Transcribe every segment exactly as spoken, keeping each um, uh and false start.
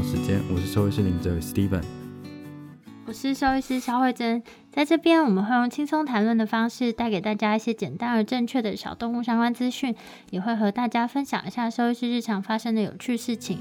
时间，我是兽医师林哲宇 Steven， 我是兽医师肖慧珍。在这边我们会用轻松谈论的方式带给大家一些简单而正确的小动物相关资讯，也会和大家分享一下兽医师日常发生的有趣事情。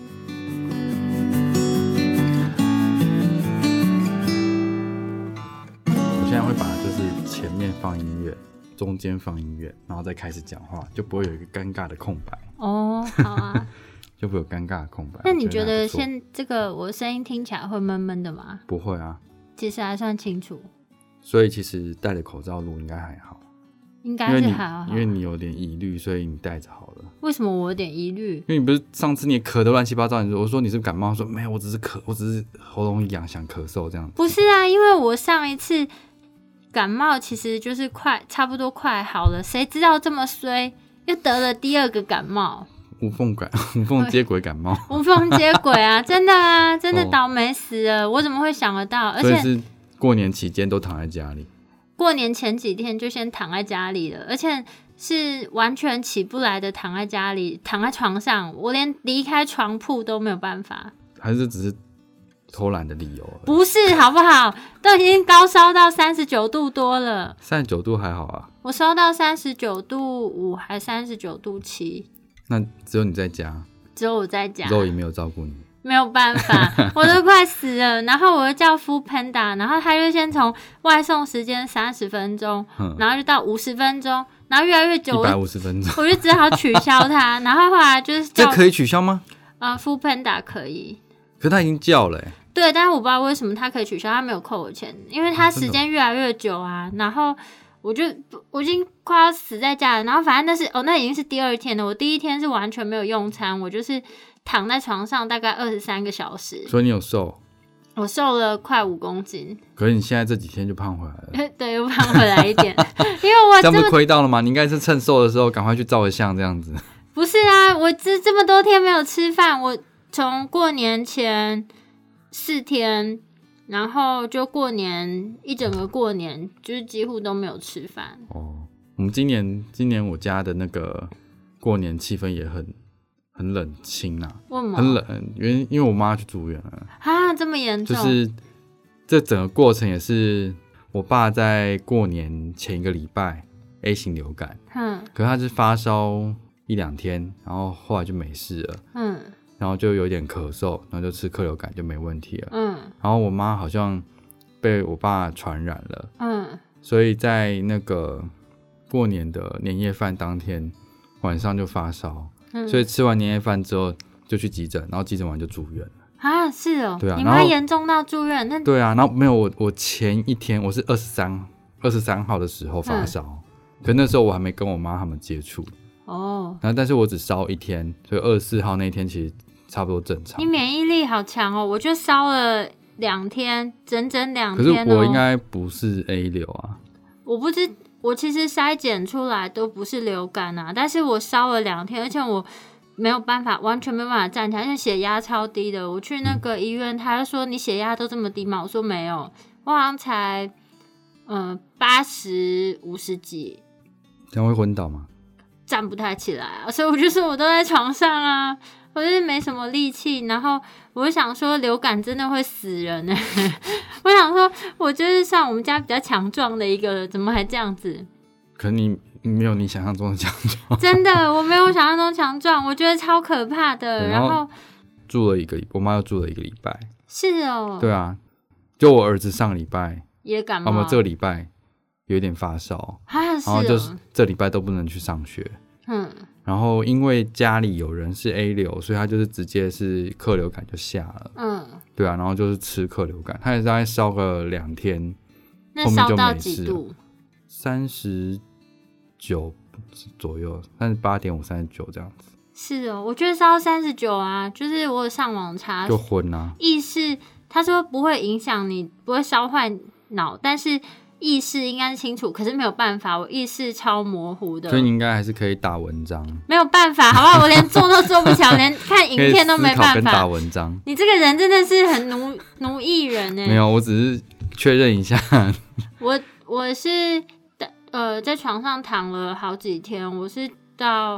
我现在会把就是前面放音乐，中间放音乐，然后再开始讲话，就不会有一个尴尬的空白。 哦，好啊。 就不会有尴尬的空白。 那你觉得现这个我声音听起来会闷闷的吗？ 不会啊， 其实还算清楚。 所以其实戴着口罩录应该还好， 应该是还好。 因为你有点疑虑，所以你戴着好了。 为什么我有点疑虑？ 因为你不是上次你咳得乱七八糟，你说我说你是不是感冒，说没有，我只是咳，我只是喉咙痒想咳嗽这样。 不是啊，因为我上一次感冒其实就是快差不多快好了，谁知道这么衰，又得了第二个感冒。 无缝感无缝接轨感冒， 无缝接轨啊，真的啊，真的倒霉死了、哦、我怎么会想得到？而且所以是过年期间都躺在家里， 过年前几天就先躺在家里了，而且是完全起不来的，躺在家里，躺在床上，我连离开床铺都没有办法。还是只是偷懒的理由？ 不是，好不好？都已经高烧到三十九度多了。 三十九度还好啊， 我烧到三十九度五，还三十九度七。 那只有你在家， 只有我在家， 肉也没有照顾你， 没有办法，我都快死了。然后我就叫 Foodpanda， 然后他就先从外送时间三十分钟，然后就到五十分钟，然后越来越久， 一百五十分钟， 我就只好取消它。然后后来就是叫这可以取消吗？ 呃 Foodpanda 可以， 可是他已经叫了、欸， 对，但是我不知道为什么他可以取消，他没有扣我钱，因为他时间越来越久啊。然后我就我已经快要死在家了，然后反正那是哦，那已经是第二天了。我第一天是完全没有用餐，我就是躺在床上大概二十三个小时。 所以你有瘦？ 我瘦了快五公斤。 可是你现在这几天就胖回来了。 对，又胖回来一点，因为我这样不是亏到了吗？你应该是趁瘦的时候赶快去照个相这样子。 不是啊，我这这么多天没有吃饭，我从过年前四天。然后就过年一整个过年，就是几乎都没有吃饭。 哦，我们今年今年我家的那个过年气氛也很很冷清啊。 为什么？ 很冷，因为因为我妈去住院了啊，这么严重？就是这整个过程也是我爸在过年前一个礼拜 A 型流感，嗯，可是他是发烧一两天，然后后来就没事了，嗯。然后就有点咳嗽，然后就吃克流感就没问题了。嗯，然后我妈好像被我爸传染了。嗯，所以在那个过年的年夜饭当天晚上就发烧。嗯，所以吃完年夜饭之后就去急诊，然后急诊完就住院了。 啊，是哦。 对啊， 你妈严重到住院？那对啊，然后没有我我前一天我是二十三二十三号的时候发烧，嗯，可那时候我还没跟我妈他们接触。哦，然后但是我只烧一天，所以二十四号那一天其实差不多正常。 你免疫力好强哦！我就烧了两天，整整两天，哦。 可是我应该不是 A 流啊。 我不知，我其实筛检出来都不是流感啊，但是我烧了两天，而且我没有办法，完全没有办法站起来，因为血压超低的。我去那个医院，嗯，他就说你血压都这么低吗？我说没有，我好像才嗯八十五十几。 这样会昏倒吗？ 站不太起来啊，所以我就说我都在床上啊。我就是没什么力气，然后我就想说流感真的会死人呢。我想说我就是像我们家比较强壮的一个，怎么还这样子？ 可能你没有你想象中的强壮。 真的，我没有想象中强壮，我觉得超可怕的。然后住了一个，我妈又住了一个礼拜。 是哦。 对啊，就我儿子上礼拜也感冒， 我们这个礼拜有点发烧， 啊，是哦， 然后就是这礼拜都不能去上学。嗯。然后因为家里有人是 A 流，所以他就是直接是克流感就下了。嗯，对啊，然后就是吃克流感，他也是大概烧个两天， 那烧到几度？ 三十九左右，三十八点五、三十九这样子。 是哦，我觉得烧三十九啊，就是我有上网查， 就昏啊。 意识他说不会影响你，不会烧坏脑，但是意识应该是清楚，可是没有办法，我意识超模糊的， 所以你应该还是可以打文章。 没有办法，好不好？我连做都做不起来，连看影片都没办法。 跟打文章， 你这个人真的是很奴奴役人呢。 没有，我只是确认一下。 我我是呃在床上躺了好几天，我是到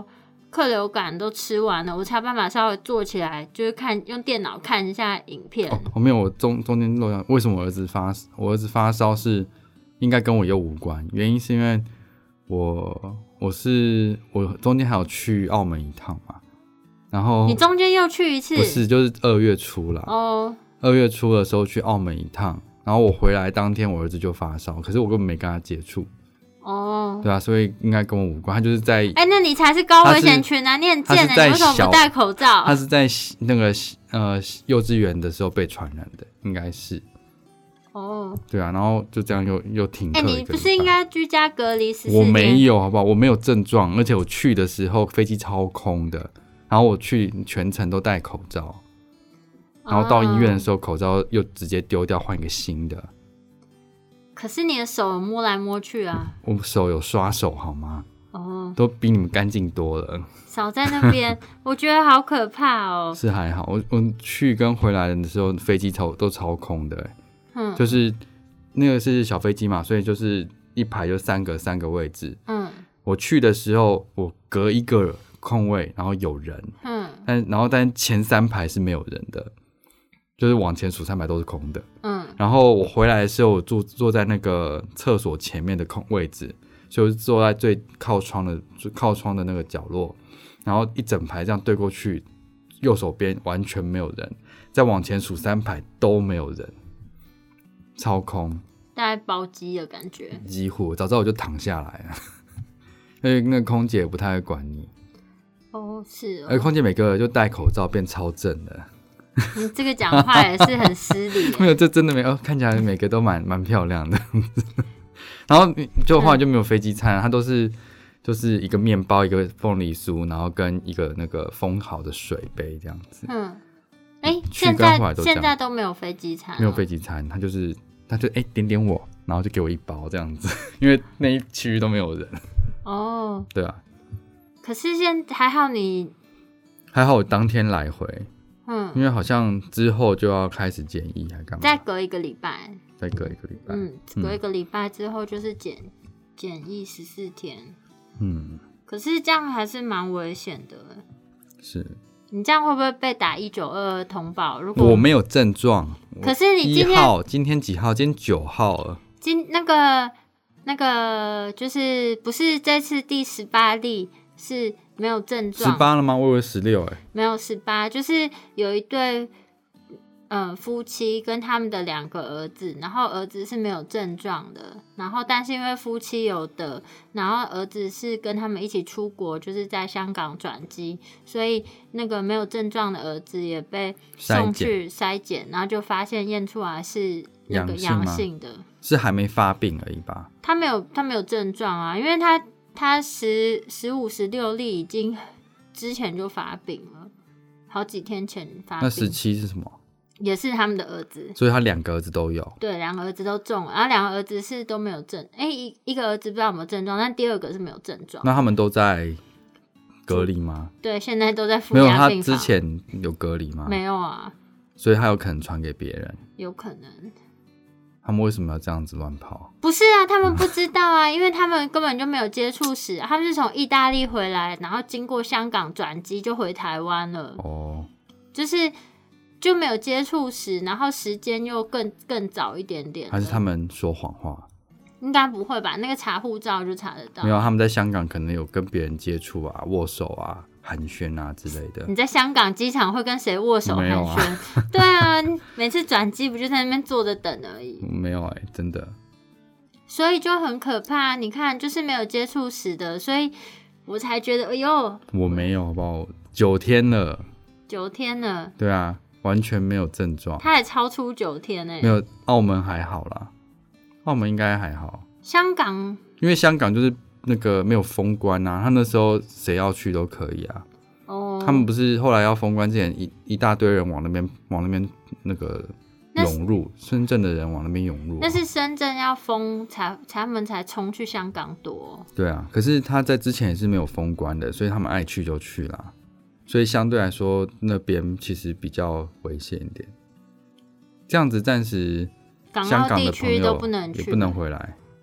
克流感都吃完了，我才有办法稍微坐起来，就是看用电脑看一下影片。 哦，我没有，我中中间漏掉。为什么我儿子发我儿子发烧是应该跟我又无关？原因是因为我我是我中间还有去澳门一趟嘛，然后你中间又去一次？ 不是，就是二月初啦。哦，二月初的时候去澳门一趟，然后我回来当天我儿子就发烧，可是我根本没跟他接触。哦，对啊，所以应该跟我无关。他就是在哎、欸，那你才是高危险群啊！你很贱的，你为什么不戴口罩？ 他是在那个呃幼稚园的时候被传染的，应该是。哦，对啊，然后就这样又又停课一个礼拜。 哎、欸，你不是应该居家隔离十四天？ 我没有，好不好？我没有症状，而且我去的时候飞机超空的，然后我去全程都戴口罩，然后到医院的时候口罩又直接丢掉，换一个新的。 可是你的手有摸来摸去啊， 我手有刷手好吗？哦，都比你们干净多了。 少在那边，我觉得好可怕哦。 是还好，我我去跟回来的时候飞机超都超空的，嗯，就是那个是小飞机嘛，所以就是一排就三个三个位置，嗯，我去的时候我隔一个空位，然后有人，嗯，但然后但前三排是没有人的。就是往前数三排都是空的，嗯，然后我回来的时候，我坐坐在那个厕所前面的空位置，所以我就坐在最靠窗的靠窗的那个角落，然后一整排这样对过去，右手边完全没有人，再往前数三排都没有人，超空， 大概包机的感觉， 几乎早知道我就躺下来了，因为那个空姐也不太会管你， 哦，是哦， 而空姐每个就戴口罩变超正的。 你这个讲话也是很失礼。 没有，这真的没有，看起来每个都蛮蛮漂亮的。然后就后来就没有飞机餐，它都是就是一个面包、一个凤梨酥，然后跟一个那个封好的水杯这样子。嗯， 哎、欸，现在现在都没有飞机餐、哦， 没有飞机餐，他就是他就哎、欸、点点我，然后就给我一包这样子，因为那一区域都没有人。哦，对啊。 可是现在还好你还好我当天来回。嗯，因为好像之后就要开始检疫，还干嘛？ 再隔一个礼拜， 再隔一个礼拜， 嗯，隔一个礼拜之后就是检检疫十四天，嗯，可是这样还是蛮危险的。 是， 你这样会不会被打一九二二通报？如果我没有症状， 可是你今天一号，今天几号？今天九号了。 今那个那个就是不是这次第十八例是。没有症状， 十八了吗？我以为十六哎， 没有十八，就是有一对呃夫妻跟他们的两个儿子，然后儿子是没有症状的，然后但是因为夫妻有得，然后儿子是跟他们一起出国，就是在香港转机，所以那个没有症状的儿子也被送去筛检，然后就发现验出来是那个阳性的， 是还没发病而已吧？ 他没有，他没有症状啊，因为他。他十十五十六例已经之前就发病了，好几天前发病。 那十七是什么？ 也是他们的儿子， 所以他两个儿子都有。 对，两个儿子都中了，然后两个儿子是都没有症，哎、欸，一一个儿子不知道有没有症状，但第二个是没有症状。 那他们都在隔离吗？ 对，现在都在负压病房。 没有，他之前有隔离吗？ 没有啊， 所以他有可能传给别人。 有可能。 他们为什么要这样子乱跑？ 不是啊，他们不知道啊，因为他们根本就没有接触史，他们是从意大利回来，然后经过香港转机就回台湾了。哦，就是就没有接触史，然后时间又更更早一点点。 还是他们说谎话？ 应该不会吧？那个查护照就查得到。 没有，他们在香港可能有跟别人接触啊、握手啊、寒暄啊之类的。 你在香港机场会跟谁握手寒暄？啊对啊，每次转机不就在那边坐着等而已？ 没有哎、欸，真的。 所以就很可怕。你看，就是没有接触史的，所以我才觉得，哎呦， 我没有，好不好？九天了， 九天了。 对啊，完全没有症状。 他还超出九天哎、欸。 没有，澳门还好啦。澳门应该还好， 香港因为香港就是那个没有封关啊，他那时候谁要去都可以啊。哦，他们不是后来要封关之前，一一大堆人往那边往那边那个涌入，深圳的人往那边涌入、啊。 那是深圳要封才，才他们才冲去香港躲。 对啊，可是他在之前也是没有封关的，所以他们爱去就去啦。所以相对来说，那边其实比较危险一点。这样子暂时。 港澳地区都不能去， 也不能回来，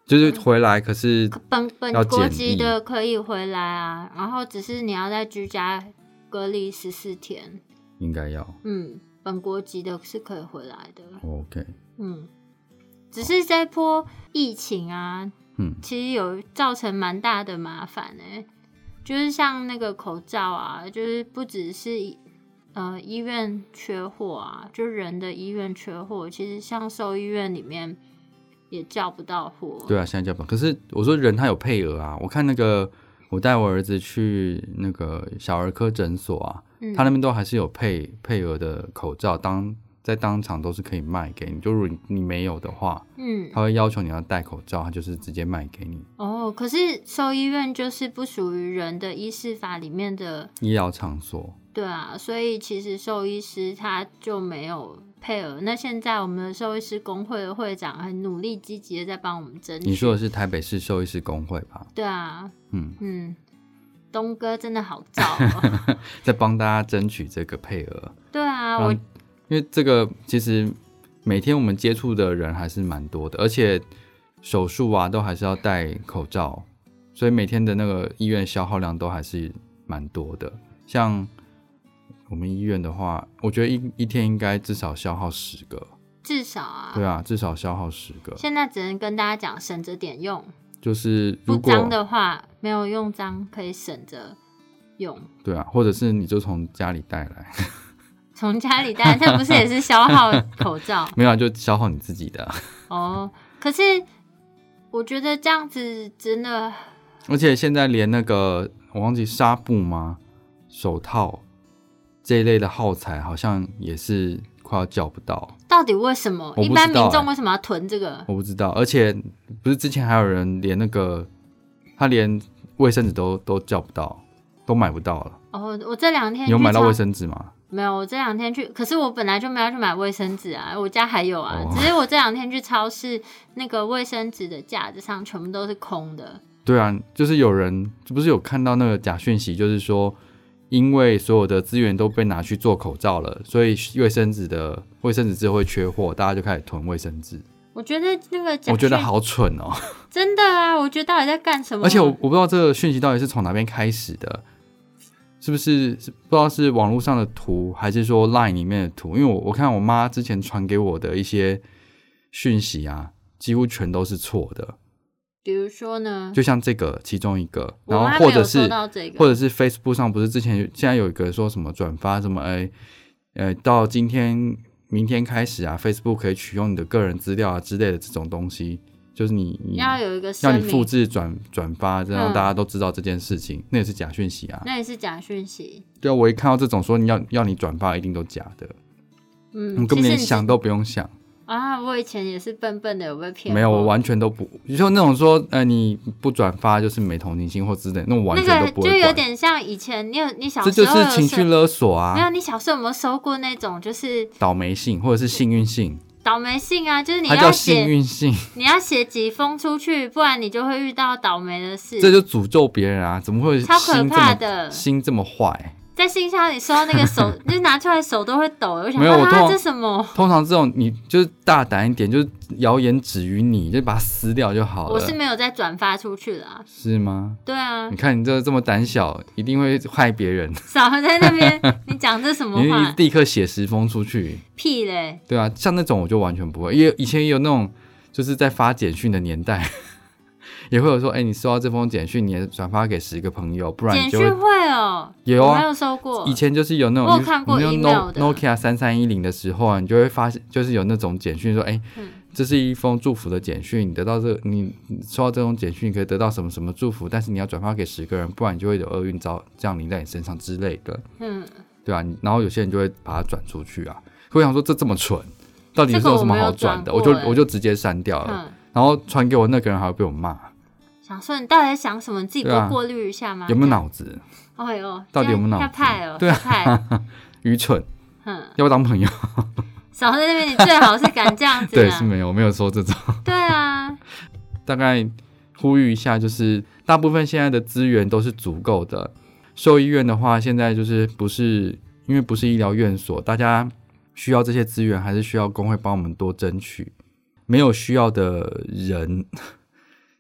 就是回来，可是本本国籍的可以回来啊，然后只是你要在居家隔离十四天， 应该要。 嗯，本国籍的是可以回来的。 OK。 嗯，只是这波疫情啊，嗯，其实有造成蛮大的麻烦哎、欸，就是像那个口罩啊，就是不只是呃医院缺货啊，就人的医院缺货，其实像兽医院里面。也叫不到货。 对啊，现在叫不到。可是我说人他有配额啊，我看那个我带我儿子去那个小儿科诊所啊，嗯、他那边都还是有配配额的口罩，当在当场都是可以卖给你。就如果你没有的话，嗯，他会要求你要戴口罩，他就是直接卖给你。 哦，可是兽医院就是不属于人的医事法里面的医疗场所。 对啊，所以其实兽医师他就没有配额。那现在我们的兽医师公会的会长很努力积极的在帮我们争取。 你说的是台北市兽医师公会吧？ 对啊，嗯嗯，东哥真的好燥哦， 在帮大家争取这个配额。 对啊，我因为这个其实每天我们接触的人还是蛮多的，而且手术啊都还是要戴口罩，所以每天的那个医院消耗量都还是蛮多的。像我们医院的话，我觉得 一, 一天应该至少消耗十个， 至少啊， 对啊，至少消耗十个。 现在只能跟大家讲省着点用， 就是如果不脏的话，没有用脏可以省着用。 对啊，或者是你就从家里带来， 从家里带，这不是也是消耗口罩？ 没有啊，就消耗你自己的。 哦，可是我觉得这样子真的， 而且现在连那个我忘记纱布吗？手套。这一类的耗材好像也是快要叫不到， 到底为什么？ 欸、 一般民众为什么要囤这个？ 我不知道，而且不是之前还有人连那个他连卫生纸都都叫不到，都买不到了。 哦，我这两天你有买到卫生纸吗？ 没有，我这两天去，可是我本来就没有去买卫生纸啊，我家还有啊，哦、只是我这两天去超市，那个卫生纸的架子上全部都是空的。 对啊，就是有人不是有看到那个假讯息，就是说。因为所有的资源都被拿去做口罩了，所以卫生纸的卫生纸之后会缺货，大家就开始囤卫生纸。 我觉得那个假， 我觉得好蠢哦！ 真的啊，我觉得到底在干什么？ 而且 我, 我不知道这个讯息到底是从哪边开始的，是不是不知道是网络上的图，还是说 Line 里面的图？因为我我看我妈之前传给我的一些讯息啊，几乎全都是错的。 比如说呢， 就像这个其中一个，然后或者是、 这个、 或者是 Facebook 上不是之前现在有一个说什么转发什么哎呃到今天明天开始啊 Facebook 可以取用你的个人资料啊之类的这种东西，就是你你要有一个要你复制转转发，让大家都知道这件事情，嗯、那也是假讯息啊， 那也是假讯息。 对啊，我一看到这种说你要要你转发，一定都假的，嗯，你根本连想都不用想。 啊，我以前也是笨笨的，有被骗？ 没有，我完全都不，就那种说，呃，你不转发就是没同情心或之类，那种完全都不会管。 那个就有点像以前，你有你小时候这就是情绪勒索啊！ 没有，你小时候有没有收过那种就是倒霉信或者是幸运信？ 倒霉信啊，就是你要写， 它叫幸运信， 你要写几封出去，不然你就会遇到倒霉的事。 这就诅咒别人啊！怎么会超可怕的， 心这么坏？ 在信箱里收到那个手，就拿出来手都会抖。我想说，啊，这什么？ 通常这种你就是大胆一点，就是谣言止于你，就把它撕掉就好了。 我是没有再转发出去的、啊。 是吗？ 对啊。 你看你这这么胆小，一定会害别人。 少在那边，你讲这什么话？ 你立刻写十封出去。 屁嘞！ 对啊，像那种我就完全不会，因为以前也有那种就是在发简讯的年代。也会有说，哎、欸，你收到这封简讯，你也转发给十个朋友，不然你就会。 简讯会哦， 有啊， 我没有收过。 以前就是有那种， 我有看过 email 的 Nokia 三三一零的时候啊，你就会发现，就是有那种简讯说，哎、欸嗯，这是一封祝福的简讯，你得到这，你收到这种简讯，你可以得到什么什么祝福，但是你要转发给十个人，不然你就会有厄运遭降临在你身上之类的。嗯，对啊，然后有些人就会把它转出去啊。我想说，这这么蠢，到底是有什么好转的？我, 我就我就直接删掉了、嗯，然后传给我那个人还会被我骂。 想说你到底在想什么？你自己不过滤一下吗？ 啊、有没有脑子？ 哦哟， 到底有没有脑子？ 要派哦， 对啊，愚蠢。嗯，要不要当朋友？ 少在那边，你最好是敢这样子。 对，是没有，我没有说这种。 对啊， 大概呼吁一下，就是大部分现在的资源都是足够的。兽医院的话，现在就是不是因为不是医疗院所，大家需要这些资源，还是需要工会帮我们多争取。没有需要的人。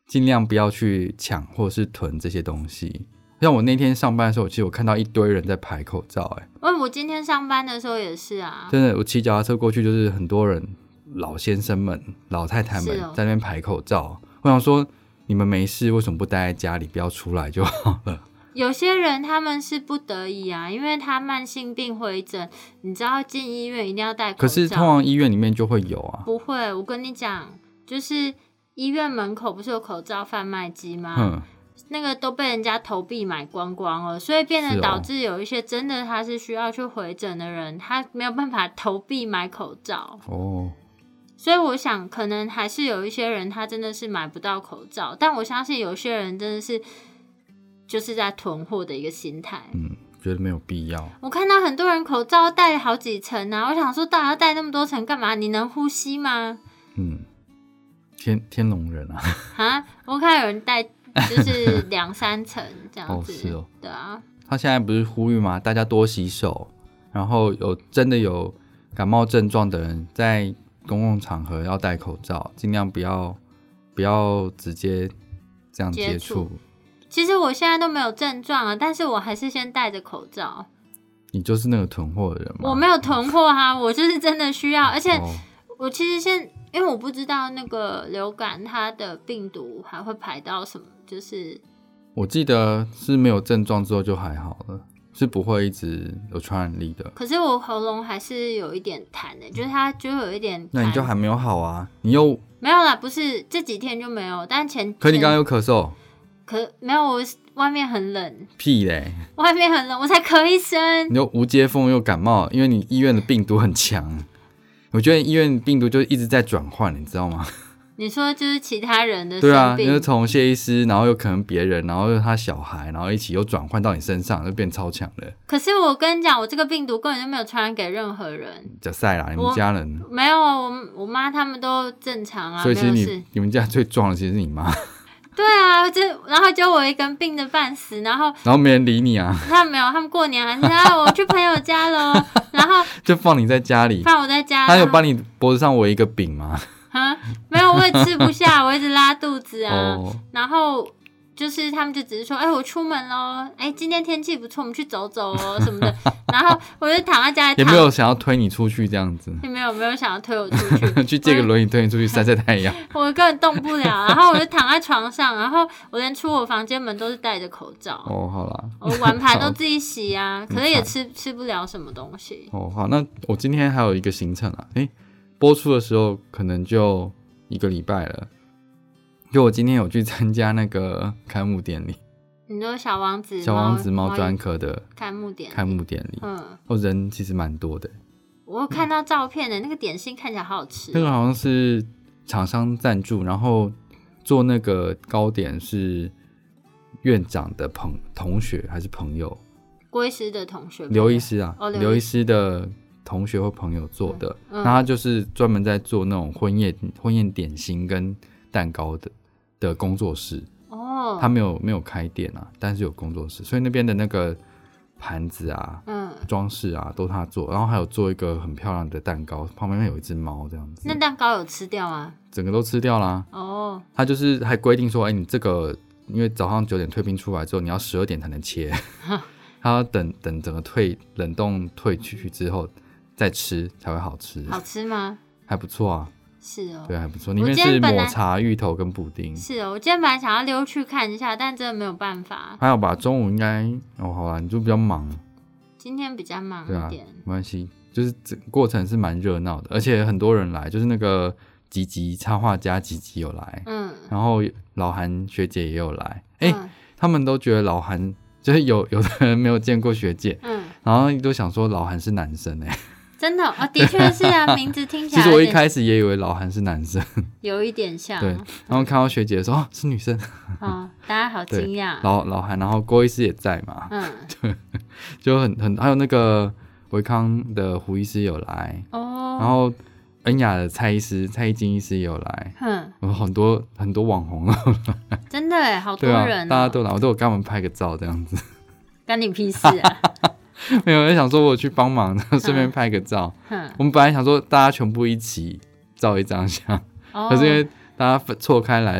尽量不要去抢或是囤这些东西。像我那天上班的时候，其实我看到一堆人在排口罩、欸，哎， 我今天上班的时候也是啊， 真的，我骑脚踏车过去，就是很多人，老先生们、老太太们在那边排口罩。哦、我想说，你们没事，为什么不待在家里，不要出来就好了？ 有些人他们是不得已啊，因为他慢性病回诊，你知道进医院一定要戴口罩。 可是通常医院里面就会有啊。 不会，我跟你讲，就是医院门口不是有口罩贩卖机吗？ 嗯。 那个都被人家投币买光光了，所以变得导致有一些真的他是需要去回诊的人，他没有办法投币买口罩。 哦。 所以我想可能还是有一些人他真的是买不到口罩，但我相信有些人真的是就是在囤货的一个心态。 嗯，觉得没有必要。 我看到很多人口罩戴了好几层啊，我想说到底要戴那么多层干嘛？你能呼吸吗？ 嗯，天天龙人啊。 啊，我看有人戴就是两三层这样子。 哦，是哦。 对啊。 他现在不是呼吁吗？大家多洗手，然后有真的有感冒症状的人在公共场合要戴口罩，尽量不要不要直接这样接触。 其实我现在都没有症状了，但是我还是先戴着口罩。 你就是那个囤货的人吗？ 我没有囤货哈，我就是真的需要，而且我其实现因为我不知道那个流感它的病毒还会排到什么，就是我记得是没有症状之后就还好了。是不会一直有传染力的。 可是我喉咙还是有一点痰的、欸，就是它就有一点痰。 那你就还没有好啊？你又没有啦，不是这几天就没有，但前可你刚刚有咳嗽， 可没有，我外面很冷。 屁嘞！ 外面很冷，我才咳一声。 你又无接缝又感冒，因为你医院的病毒很强。我觉得医院病毒就一直在转换，你知道吗？ 你说就是其他人的生病， 对啊，因为从谢医师，然后又可能别人，然后又他小孩，然后一起又转换到你身上，就变超强了。 可是我跟你讲，我这个病毒根本就没有传染给任何人。 假赛啦，你们家人没有啊？我我妈他们都正常啊， 所以其实你没有事。 你们家最壮的其实是你妈。 对啊，就然后就我一个人病得半死，然后然后没人理你啊。 他们没有，他们过年还是啊，我去朋友家了，然后就放你在家里， 放我在家。 他有帮你脖子上围一个饼吗？ 啊，没有，我也吃不下，我一直拉肚子啊。 哦、 然后就是他们就只是说，哎、欸，我出门咯，哎、欸，今天天气不错，我们去走走哦什么的。然后我就躺在家里躺， 也没有想要推你出去这样子， 也没有没有想要推我出去， 去借个轮椅推你出去晒晒太阳。 我根本动不了，然后我就躺在床上，然后我连出我房间门都是戴着口罩。 哦，好啦， 我碗盘都自己洗啊，可是也吃吃不了什么东西。 哦，好，那我今天还有一个行程啊，哎、欸。播出的时候可能就一个礼拜了，就我今天有去参加那个开幕典礼。 你说小王子小王子猫专科的开幕典礼开幕典礼， 嗯， 哦，人其实蛮多的。 我有看到照片的，那个点心看起来好好吃。 那个好像是厂商赞助，然后做那个糕点是院长的朋同学还是朋友？郭医师的同学， 刘医师啊， 哦， 刘医师的同学或朋友做的， 嗯嗯、 那他就是专门在做那种婚宴婚宴点心跟蛋糕的的工作室。哦，他没有没有开店啊，但是有工作室，所以那边的那个盘子啊、嗯，装饰啊都他做，然后还有做一个很漂亮的蛋糕，旁边有一只猫这样子。 那蛋糕有吃掉吗？ 整个都吃掉啦。哦，他就是还规定说，哎、欸，你这个因为早上九点退冰出来之后，你要十二点才能切，他要等等整个退冷冻退去之后。再吃才会好吃。 好吃吗？ 还不错啊。 是哦， 对，还不错。里面是抹茶芋头跟布丁。 是哦，我今天本来想要溜去看一下，但真的没有办法。 还有吧，中午应该哦，好啦，你就比较忙。 今天比较忙一点， 对啊，没关系，就是整过程是蛮热闹的，而且很多人来，就是那个吉吉插画家吉吉有来，嗯，然后老韩学姐也有来，哎、欸嗯，他们都觉得老韩就是有有的人没有见过学姐，嗯，然后都想说老韩是男生哎、欸。 真的哦，的确是啊，名字听起来。 其实我一开始也以为老韩是男生， 有一点像。 对，然后看到学姐说、哦、是女生， 哦，大家好惊讶。 老老韩，然后郭医师也在嘛，嗯，对，就很很，还有那个维康的胡医师有来，哦，然后恩雅的蔡医师、蔡依金医师也有来，嗯，有很多很多网红真的哎，好多人、哦啊， 大家都来，我都有跟他们拍个照这样子， 干你屁事啊！ 没有，就想说我去帮忙，然后顺便拍个照、嗯。我们本来想說大家全部一起照一張相、哦，可是因為大家錯開來，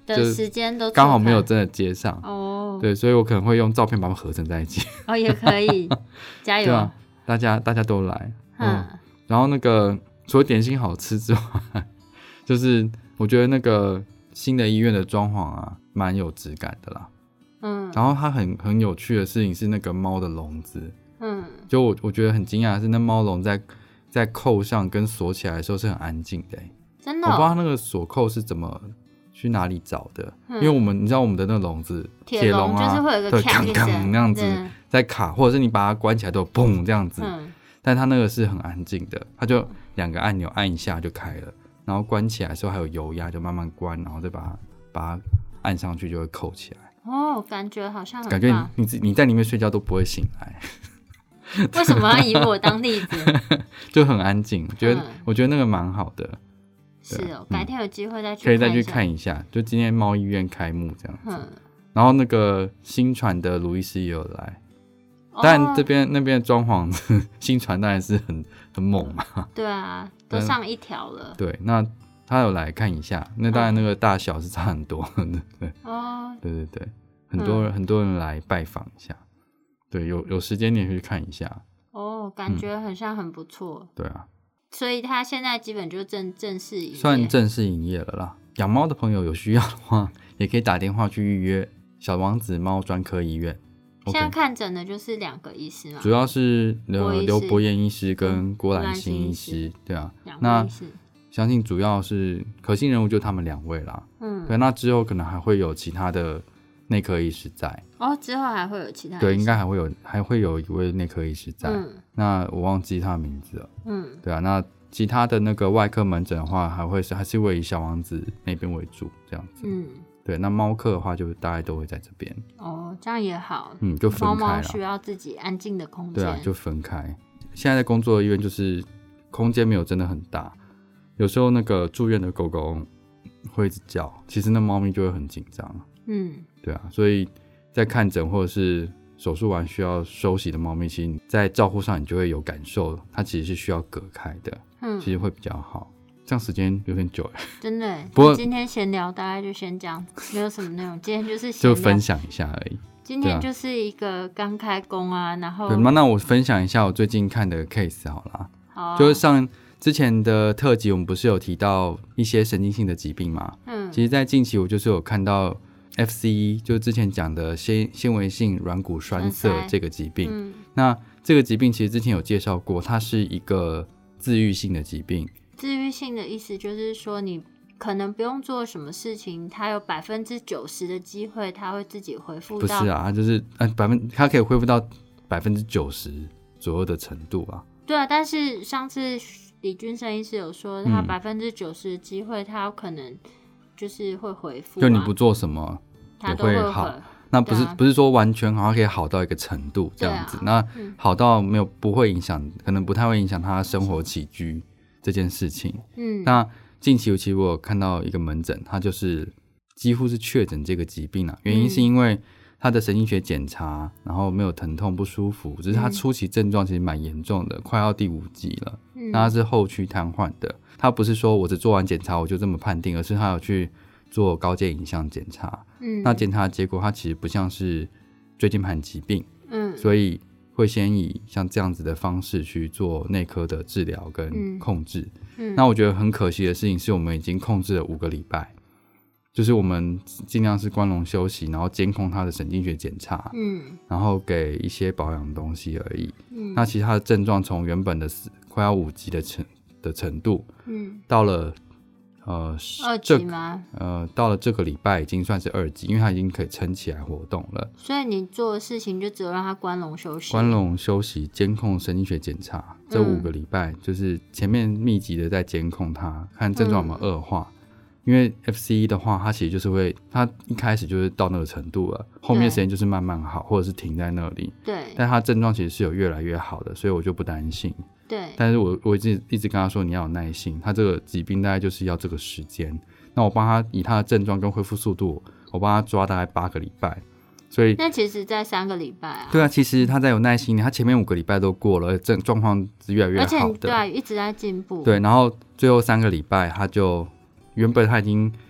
的时间都刚好没有真的接上哦， 对，所以我可能会用照片把它们合成在一起哦，也可以加油。 对啊，大家大家都来嗯，然后那个除了点心好吃之外，就是我觉得那个新的医院的装潢啊蛮有质感的啦。嗯，然后它很很有趣的事情是那个猫的笼子，嗯，就我我觉得很惊讶的是那猫笼在在扣上跟锁起来的时候是很安静的、欸， 真的、哦， 我不知道那个锁扣是怎么去哪里找的，嗯、因为我们你知道我们的那个笼子铁笼啊， 就是会有一个锵锵那样子在卡，或者是你把它关起来都有砰这样子，嗯，但它那个是很安静的，它就两个按钮按一下就开了，然后关起来的时候还有油压，就慢慢关，然后再把它把它按上去就会扣起来。哦， 感觉好像很感觉你你你在里面睡觉都不会醒来。 为什么要以我当例子？ 就很安静，我觉得、嗯、我觉得那个蛮好的。 是哦，改天有机会再去看一下、 嗯、可以再去看一下。就今天猫医院开幕这样子，嗯、然后那个新传的卢医师也有来，但这边、哦、那边的装潢新传当然是很很猛嘛。 对啊，都上一条了。 对，那他有来看一下，那当然那个大小是差很多的。对哦，对对对，很多人、嗯、很多人来拜访一下。对，有有时间你也可以去看一下哦，感觉很像很不错、嗯。 对啊， 所以他现在基本就正正式营业， 算正式营业了啦。养猫的朋友有需要的话，也可以打电话去预约小王子猫专科医院。 现在看诊的就是两个医师嘛， 主要是刘伯彦医师跟郭兰心医师，对啊，那相信主要是可信人物就他们两位啦。嗯，对，那之后可能还会有其他的内科医师在哦，之后还会有其他医师， 对，应该还会有还会有一位内科医师在、嗯、那我忘记他的名字了。嗯，对啊，那其他的那个外科门诊的话还会是还是会以小王子那边为主这样子。嗯，对，那猫科的话就大概都会在这边。 哦，这样也好。 嗯，就分开了， 猫猫需要自己安静的空间。 对啊，就分开。现在在工作的医院就是空间没有真的很大，有时候那个住院的狗狗会一直叫，其实那猫咪就会很紧张。嗯，对啊，所以在看诊或者是手术完需要休息的猫咪，其实在照顾上你就会有感受，它其实是需要隔开的，嗯，其实会比较好。这样时间有点久哎， 真的耶。不过今天闲聊大概就先这样，没有什么内容。今天就是闲聊就分享一下而已。 今天就是一个刚开工啊，然后对，那我分享一下我最近看的 case 好啦。 好、啊， 就是上之前的特辑，我们不是有提到一些神经性的疾病嘛？嗯，其实，在近期我就是有看到 F C E， 就是之前讲的纤纤维性软骨栓塞这个疾病。嗯，那这个疾病其实之前有介绍过，它是一个自愈性的疾病。 自愈性的意思就是说，你可能不用做什么事情，它有百分之九十的机会，它会自己恢复到。 不是啊，它就是呃百分，它可以恢复到百分之九十左右的程度啊。 对啊，但是上次李君生医师有说，他百分之九十的机会，他有可能就是会恢复、啊， 就你不做什么也会好。会那不是、啊、不是说完全好，它可以好到一个程度这样子。啊、那、嗯、好到没有不会影响，可能不太会影响他生活起居这件事情。嗯，那近期其实我有看到一个门诊，他就是几乎是确诊这个疾病啊，原因是因为他的神经学检查，然后没有疼痛不舒服，只是他初期症状其实蛮严重的，快要第五级了。嗯，那他是后区瘫痪的，他不是说我只做完检查我就这么判定，而是他有去做高阶影像检查。嗯，那检查的结果他其实不像是椎间盘疾病。嗯，所以会先以像这样子的方式去做内科的治疗跟控制。嗯嗯、那我觉得很可惜的事情是我们已经控制了五个礼拜，就是我们尽量是关笼休息，然后监控他的神经学检查，嗯，然后给一些保养的东西而已。嗯，那其实他的症状从原本的快要五级的程的程度，嗯，到了呃二级吗？ 呃，到了这个礼拜已经算是二级，因为他已经可以撑起来活动了。 所以你做的事情就只有让他关笼休息， 关笼休息，监控神经学检查，这五个礼拜、嗯、就是前面密集的在监控他，看症状有没有恶化。嗯，因为 F C E 的话，它其实就是会，它一开始就是到那个程度了，后面时间就是慢慢好，或者是停在那里。对。但它症状其实是有越来越好的，所以我就不担心。对。但是我我一直一直跟他说，你要有耐心，他这个疾病大概就是要这个时间。那我帮他以他的症状跟恢复速度，我帮他抓大概八个礼拜。所以。 那其实在三个礼拜啊。 对啊，其实他在有耐心，他前面五个礼拜都过了，症状况是越来越好的。而且对、啊，一直在进步。 对，然后最后三个礼拜他就。原本他已经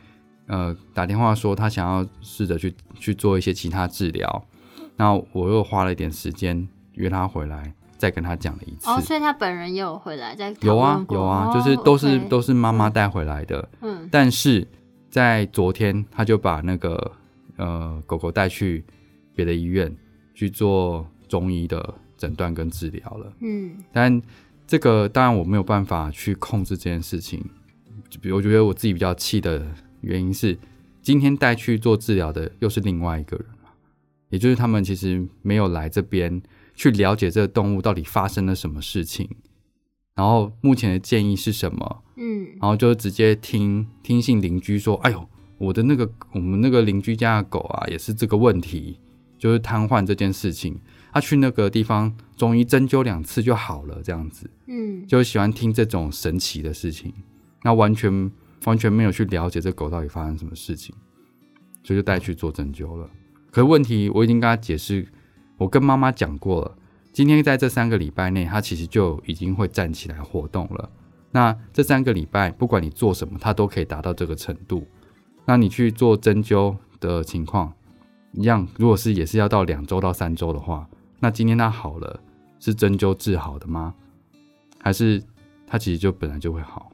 呃打电话说他想要试着去去做一些其他治疗，那我又花了一点时间约他回来，再跟他讲了一次。 哦，所以他本人也有回来再讨有论过。 啊有啊， 哦、 就是都是、 okay、 都是妈妈带回来的。嗯，但是在昨天他就把那个呃狗狗带去别的医院去做中医的诊断跟治疗了。嗯，但这个当然我没有办法去控制这件事情。比如我觉得我自己比较气的原因是，今天带去做治疗的又是另外一个人，也就是他们其实没有来这边去了解这个动物到底发生了什么事情，然后目前的建议是什么，嗯，然后就直接听听信邻居说，哎呦，我的那个我们那个邻居家的狗啊，也是这个问题，就是瘫痪这件事情，他去那个地方中医针灸两次就好了，这样子，嗯，就喜欢听这种神奇的事情，那完全完全没有去了解这狗到底发生什么事情，所以就带去做针灸了。可是问题我已经跟他解释，我跟妈妈讲过了，今天在这三个礼拜内，他其实就已经会站起来活动了。那这三个礼拜，不管你做什么，他都可以达到这个程度。那你去做针灸的情况一样，如果是也是要到两周到三周的话，那今天他好了，是针灸治好的吗？还是他其实就本来就会好？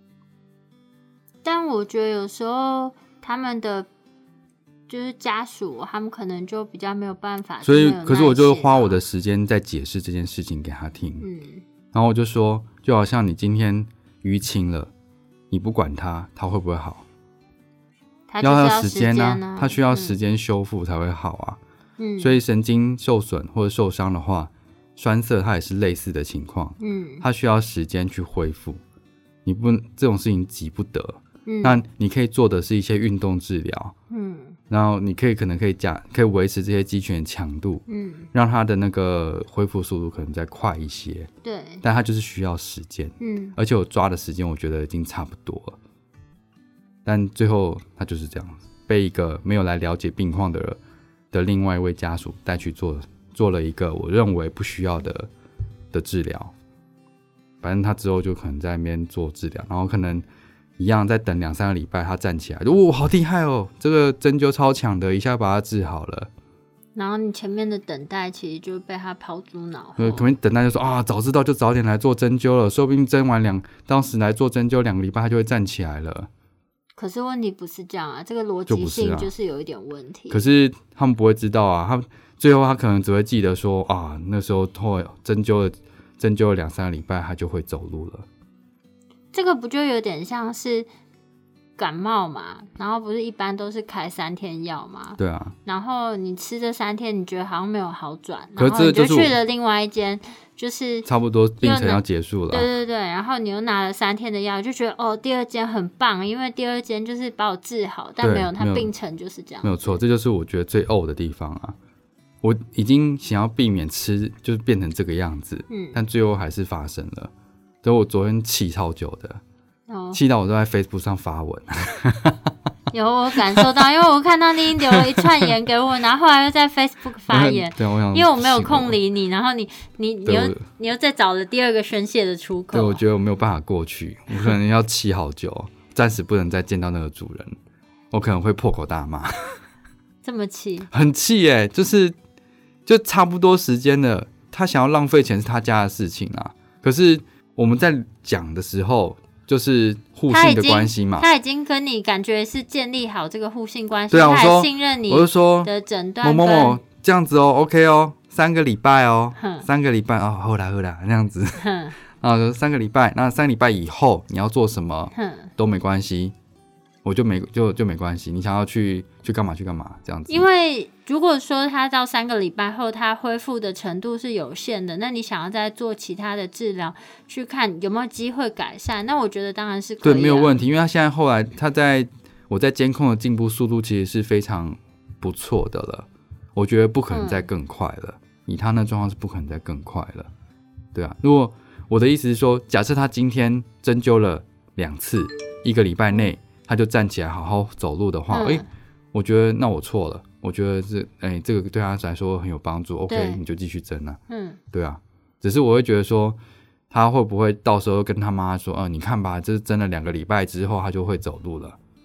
但我觉得有时候他们的就是家属，他们可能就比较没有办法， 所以可是我就花我的时间在解释这件事情给他听，嗯，然后我就说，就好像你今天淤青了，你不管它，它会不会好？ 它就是要时间啊，它需要时间修复才会好啊。嗯，所以神经受损或者受伤的话，栓塞它也是类似的情况，嗯，它需要时间去恢复，你不这种事情急不得。嗯，那你可以做的是一些运动治疗，嗯，然后你可以可能可以加可以维持这些肌群的强度，嗯，让它的那个恢复速度可能再快一些， 对， 但它就是需要时间，嗯，而且我抓的时间我觉得已经差不多了，但最后他就是这样被一个没有来了解病况的的另外一位家属带去做做了一个我认为不需要的的治疗，反正他之后就可能在那边做治疗，然后可能一样再等两三个礼拜，他站起来，哦，好厉害哦，这个针灸超强的，一下把他治好了。 然后你前面的等待其实就被他抛诸脑后。 可能等待就说啊，早知道就早点来做针灸了，说不定针完两，当时来做针灸两个礼拜，他就会站起来了。 可是问题不是这样啊，这个逻辑性就是有一点问题。 就可是他们不会知道啊，他最后他可能只会记得说啊，那时候后针灸了针灸了两三个礼拜，他就会走路了。 这个不就有点像是感冒嘛，然后不是一般都是开三天药嘛， 对啊， 然后你吃这三天你觉得好像没有好转，然后你就去了另外一间，就是差不多病程要结束了， 对对对，然后你又拿了三天的药，就觉得哦第二间很棒，因为第二间就是把我治好，但没有，它病程就是这样， 没有错，这就是我觉得最呕的地方啊。我已经想要避免吃就是变成这个样子，嗯，但最后还是发生了，所以我昨天气超久的，气、哦、到我都在 Facebook 上发文。 有，我感受到，因为我看到你留了一串言给我，然后后来又在 Facebook 发言， 对，我想， 因为我没有空理你，然后你你你又你又再找了第二个宣泄的出口。 对，我觉得我没有办法过去，我可能要气好久，暂时不能再见到那个主人，我可能会破口大骂。 这么气？ 很气耶，就是就差不多时间了，他想要浪费钱是他家的事情啊，可是我们在讲的时候。就是互信的关系嘛， 他已经跟你感觉是建立好这个互信关系， 对啊， 他也信任你的诊断， 某某某这样子哦 ，OK 哦，三个礼拜哦，三个礼拜哦，好啦好啦那样子，啊，三个礼拜，那三个礼拜以后你要做什么都没关系，我就没就就没关系，你想要去去干嘛去干嘛这样子。 因为如果说他到三个礼拜后他恢复的程度是有限的，那你想要再做其他的治疗去看有没有机会改善，那我觉得当然是可以、啊、 对，没有问题，因为他现在后来他在我在监控的进步速度其实是非常不错的了，我觉得不可能再更快了、嗯、以他那状况是不可能再更快了，对啊，如果我的意思是说，假设他今天针灸了两次，一个礼拜内他就站起来好好走路的话，哎、嗯欸，我觉得那我错了，我觉得这哎、欸、这个对他来说很有帮助 ，OK， 你就继续针啊，嗯，对啊，只是我会觉得说，他会不会到时候跟他妈说，呃，你看吧，这是针了两个礼拜之后他就会走路了，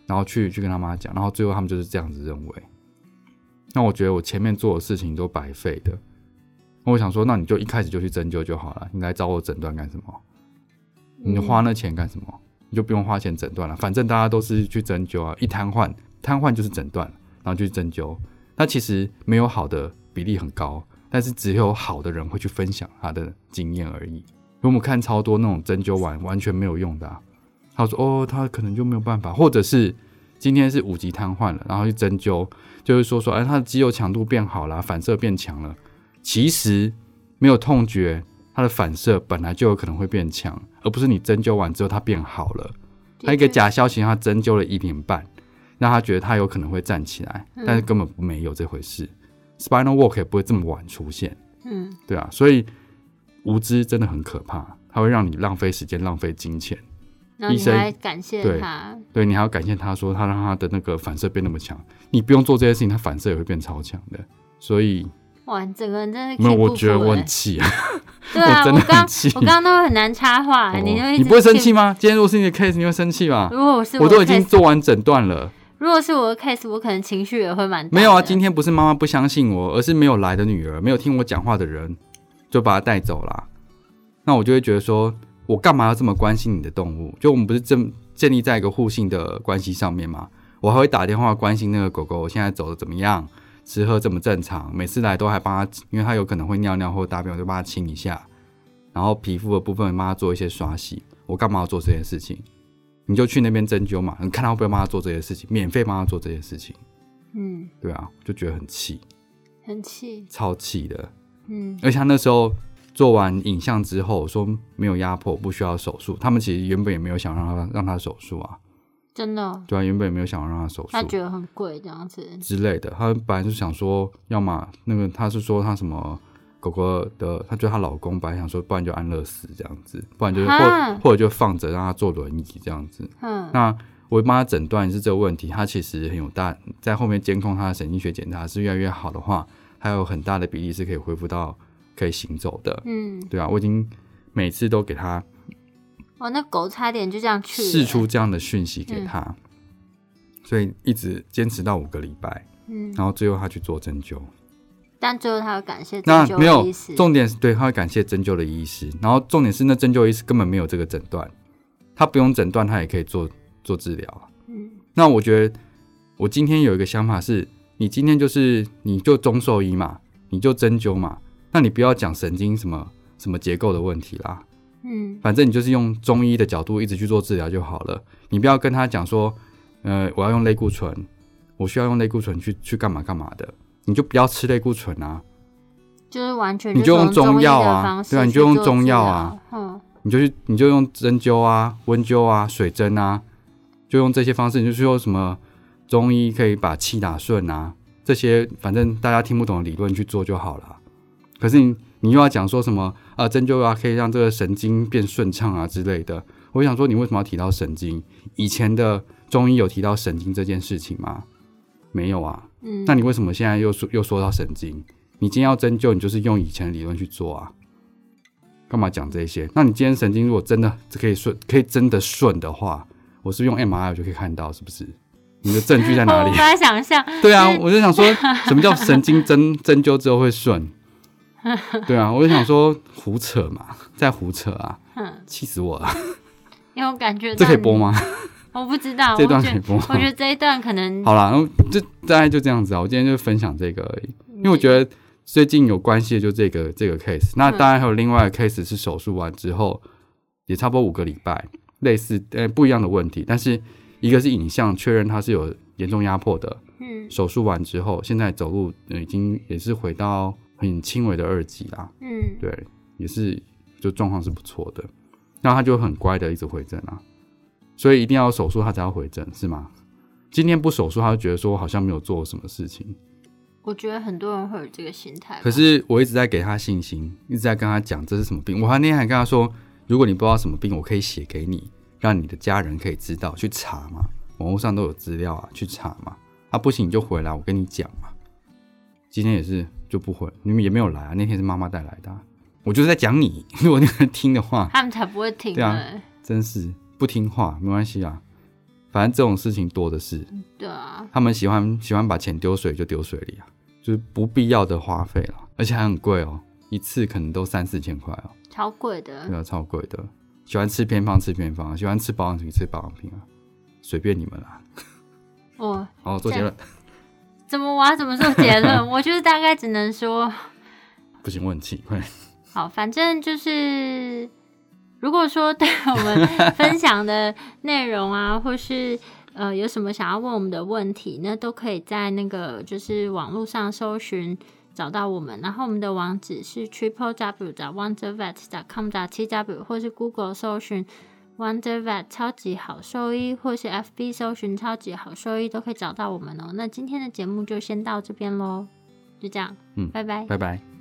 然后去去跟他妈讲，然后最后他们就是这样子认为。那我觉得我前面做的事情都白费的。我想说，那你就一开始就去针灸就好了，你来找我诊断干什么？你花那钱干什么？你就不用花钱诊断了，反正大家都是去针灸啊，一瘫痪，瘫痪就是诊断，然后就去针灸。那其实没有好的比例很高，但是只有好的人会去分享他的经验而已。我们看超多那种针灸完完全没有用的、啊，他说哦，他可能就没有办法，或者是今天是五级瘫痪了，然后去针灸，就是说说，哎，他的肌肉强度变好了，反射变强了。其实没有痛觉，它的反射本来就有可能会变强，而不是你针灸完之后它变好了。他一个假消息，他针灸了一年半，让他觉得他有可能会站起来，嗯、但是根本没有这回事。Spinal Work 也不会这么晚出现，嗯，对啊，所以无知真的很可怕，它会让你浪费时间、浪费金钱。 然后你还感谢他， 对，对你还要感谢他说他让他的那个反射变那么强，你不用做这些事情，他反射也会变超强的，所以。 哇，你整个人真的没有，我觉得我很气啊！ 对啊， 我真的很气。 我刚刚都很难插话，哦、你就一直你不会生气吗？今天如果是你的 case， 你会生气吗？ 如果我是我， 我都已经做完诊断了。 如果是我的 case， 我可能情绪也会蛮大的。 没有啊，今天不是妈妈不相信我，而是没有来的女儿，没有听我讲话的人，就把她带走了。那我就会觉得说，我干嘛要这么关心你的动物？就我们不是正建立在一个互信的关系上面吗？我还会打电话关心那个狗狗现在走的怎么样。吃喝这么正常，每次来都还帮他，因为他有可能会尿尿或大便，我就帮他清一下。然后皮肤的部分帮他做一些刷洗。我干嘛要做这件事情？你就去那边针灸嘛，你看他会不会帮他做这些事情，免费帮他做这些事情。嗯，对啊，就觉得很气， 很气， 超气的。嗯，而且他那时候做完影像之后说没有压迫，不需要手术。他们其实原本也没有想让他让他手术啊。 真的、哦， 对啊，原本也没有想要让他手术， 他觉得很贵这样子之类的。他本来就想说，要么那个他是说他什么狗狗的，他觉得她老公本来想说，不然就安乐死这样子，不然就是或或者就放着让他坐轮椅这样子。嗯，那我帮他诊断是这个问题，他其实很有大，在后面监控他的神经学检查是越来越好的话，还有很大的比例是可以恢复到可以行走的。嗯，对啊，我已经每次都给他。 哦，那狗差点就这样去了， 释出这样的讯息给他、嗯，所以一直坚持到五个礼拜，嗯，然后最后他去做针灸， 但最后他会感谢针灸的医师。 那没有，重点是对，他会感谢针灸的医师，然后重点是那针灸医师根本没有这个诊断，他不用诊断，他也可以做做治疗。嗯，那我觉得我今天有一个想法是，你今天就是你就中兽医嘛，你就针灸嘛，那你不要讲神经什么什么结构的问题啦。嗯，反正你就是用中医的角度一直去做治疗就好了，你不要跟他讲说，呃，我要用类固醇，我需要用类固醇去去干嘛干嘛的，你就不要吃类固醇啊， 就是完全你就用中药啊，对啊，你就用中药啊，嗯，你就去你就用针灸啊、温灸啊、水针啊，就用这些方式，你就说什么中医可以把气打顺啊，这些反正大家听不懂的理论去做就好了。可是你你又要讲说什么啊，针灸啊可以让这个神经变顺畅啊之类的，我想说你为什么要提到神经？以前的中医有提到神经这件事情吗？没有啊。嗯，那你为什么现在又说又说到神经？你今天要针灸，你就是用以前的理论去做啊，干嘛讲这些？那你今天神经如果真的可以顺，可以真的顺的话，我是不是用 M R I 我就可以看到，是不是？你的证据在哪里？ 我无法想象。 对啊，我就想说，什么叫神经针针灸之后会顺？对啊，我就想说胡扯嘛，再胡扯啊，气死我了！ 因为我感觉这可以播吗？ 我不知道， 这段可以播吗？ 我觉得这一段可能好啦，就大概就这样子啊。我今天就分享这个而已，因为我觉得最近有关系的就这个这个 case。那当然还有另外一个 case 是手术完之后也差不多五个礼拜，类似呃不一样的问题，但是一个是影像确认它是有严重压迫的，嗯，手术完之后现在走路已经也是回到很轻微的二级啦，嗯，对，也是就状况是不错的，那他就很乖的一直回诊啊，所以一定要手术他才要回诊是吗？今天不手术他就觉得说好像没有做什么事情。 我觉得很多人会有这个心态， 可是我一直在给他信心，一直在跟他讲这是什么病。我那天还跟他说，如果你不知道什么病，我可以写给你，让你的家人可以知道，去查嘛，网络上都有资料啊，去查嘛。啊，不行你就回来，我跟你讲嘛。今天也是就不回，你们也没有来啊。那天是妈妈带来的、啊，我就是在讲你，如果你们听的话， 他们才不会听。 对啊，真是不听话，没关系啊。 反正这种事情多的是。 对啊， 他们喜欢喜欢把钱丢水就丢水里啊，就是不必要的花费了，而且还很贵哦，一次可能都三四千块哦， 超贵的。 对啊，超贵的。喜欢吃偏方吃偏方，喜欢吃保养品吃保养品啊，随便你们啦。 哦， 好，做结论。 怎么我要怎么做结论？我就是大概只能说， 不行，我很气，快点。 好，反正就是，如果说对我们分享的内容啊，或是呃有什么想要问我们的问题，那都可以在那个就是网络上搜寻找到我们。然后我们的网址是 triple w 点 wondervet 点 com 点 t w， 或是 Google 搜寻 Wondervet 超级好兽医，或是 F B 搜寻超级好兽医，都可以找到我们哦。那今天的节目就先到这边咯，就这样， 嗯， 拜拜， 拜拜。